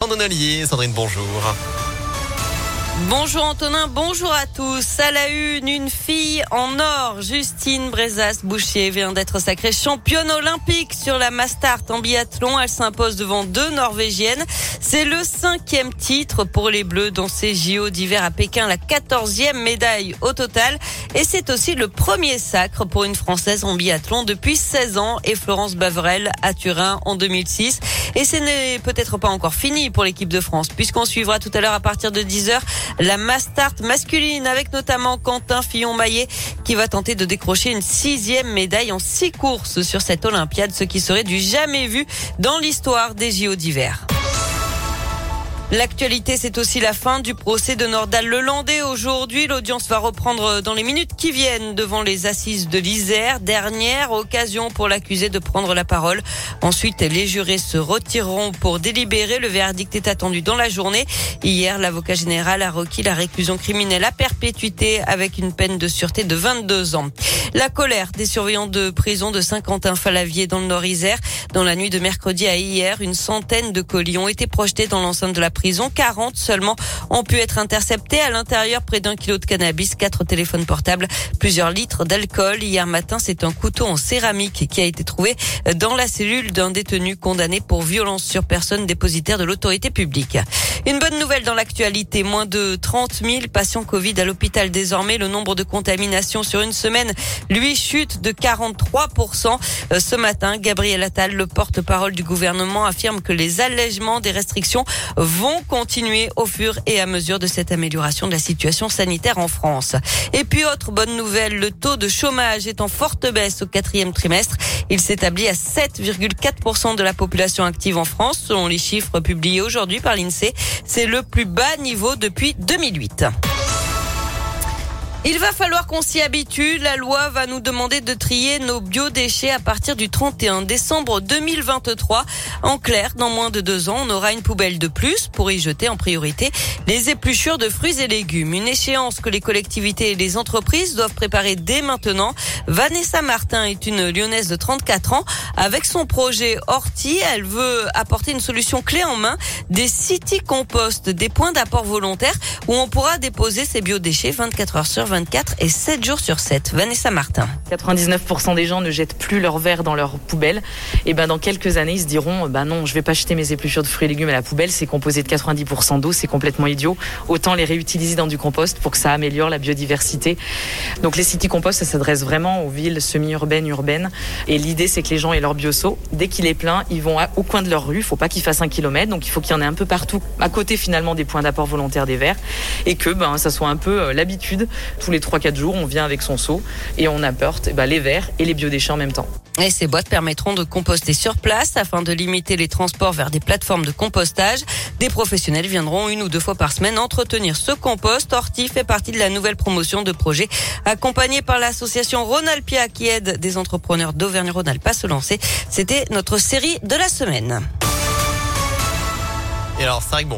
Sandrine Ollier. Sandrine, bonjour. Bonjour Antonin, bonjour à tous. À la une fille en or. Justine Brezas-Bouchier vient d'être sacrée championne olympique sur la Mastart en biathlon. Elle s'impose devant 2 Norvégiennes. C'est le 5e titre pour les Bleus dans ces JO d'hiver à Pékin, la 14e médaille au total. Et c'est aussi le premier sacre pour une Française en biathlon depuis 16 ans et Florence Baverel à Turin en 2006. Et ce n'est peut-être pas encore fini pour l'équipe de France puisqu'on suivra tout à l'heure à partir de 10h la Mastart masculine avec notamment Quentin Fillon-Maillet qui va tenter de décrocher une 6e médaille en 6 courses sur cette Olympiade, ce qui serait du jamais vu dans l'histoire des JO d'hiver. L'actualité, c'est aussi la fin du procès de Nordal-Lelandais. Aujourd'hui, l'audience va reprendre dans les minutes qui viennent devant les assises de l'Isère. Dernière occasion pour l'accusé de prendre la parole. Ensuite, les jurés se retireront pour délibérer. Le verdict est attendu dans la journée. Hier, l'avocat général a requis la réclusion criminelle à perpétuité avec une peine de sûreté de 22 ans. La colère des surveillants de prison de Saint-Quentin-Fallavier dans le Nord-Isère. Dans la nuit de mercredi à hier, une centaine de colis ont été projetés dans l'enceinte de la prison. 40 seulement ont pu être interceptés. À l'intérieur, près d'1 kilo de cannabis, 4 téléphones portables, plusieurs litres d'alcool. Hier matin, c'est un couteau en céramique qui a été trouvé dans la cellule d'un détenu condamné pour violence sur personne dépositaire de l'autorité publique. Une bonne nouvelle dans l'actualité. Moins de 30 000 patients Covid à l'hôpital désormais. Le nombre de contaminations sur une semaine, lui, chute de 43%. Ce matin, Gabriel Attal, le porte-parole du gouvernement, affirme que les allègements des restrictions vont continuer au fur et à mesure de cette amélioration de la situation sanitaire en France. Et puis, autre bonne nouvelle, le taux de chômage est en forte baisse au 4e trimestre. Il s'établit à 7,4% de la population active en France, selon les chiffres publiés aujourd'hui par l'INSEE. C'est le plus bas niveau depuis 2008. Il va falloir qu'on s'y habitue. La loi va nous demander de trier nos biodéchets à partir du 31 décembre 2023. En clair, dans moins de 2 ans, on aura une poubelle de plus pour y jeter en priorité les épluchures de fruits et légumes. Une échéance que les collectivités et les entreprises doivent préparer dès maintenant. Vanessa Martin est une Lyonnaise de 34 ans. Avec son projet Horti, elle veut apporter une solution clé en main, des city compost, des points d'apport volontaires où on pourra déposer ses biodéchets 24 heures sur 24 et 7 jours sur 7. Vanessa Martin. 99% des gens ne jettent plus leur verre dans leur poubelle. Et dans quelques années, ils se diront, non, je vais pas jeter mes épluchures de fruits et légumes à la poubelle. C'est composé de 90% d'eau, c'est complètement idiot. Autant les réutiliser dans du compost pour que ça améliore la biodiversité. Donc les city compost, ça s'adresse vraiment aux villes semi-urbaines, urbaines. Et l'idée, c'est que les gens aient leur bioseau. Dès qu'il est plein, ils vont au coin de leur rue. Il faut pas qu'il fasse 1 kilomètre. Donc il faut qu'il y en ait un peu partout, à côté finalement des points d'apport volontaire des verres. Et que ça soit un peu l'habitude. Tous les 3-4 jours, on vient avec son seau et on apporte les verres et les biodéchets en même temps. Et ces boîtes permettront de composter sur place afin de limiter les transports vers des plateformes de compostage. Des professionnels viendront 1 ou 2 fois par semaine entretenir ce compost. Horti fait partie de la nouvelle promotion de projets accompagnée par l'association Rhône-Alpia qui aide des entrepreneurs d'Auvergne-Rhône-Alpes à se lancer. C'était notre série de la semaine. Et alors, c'est vrai que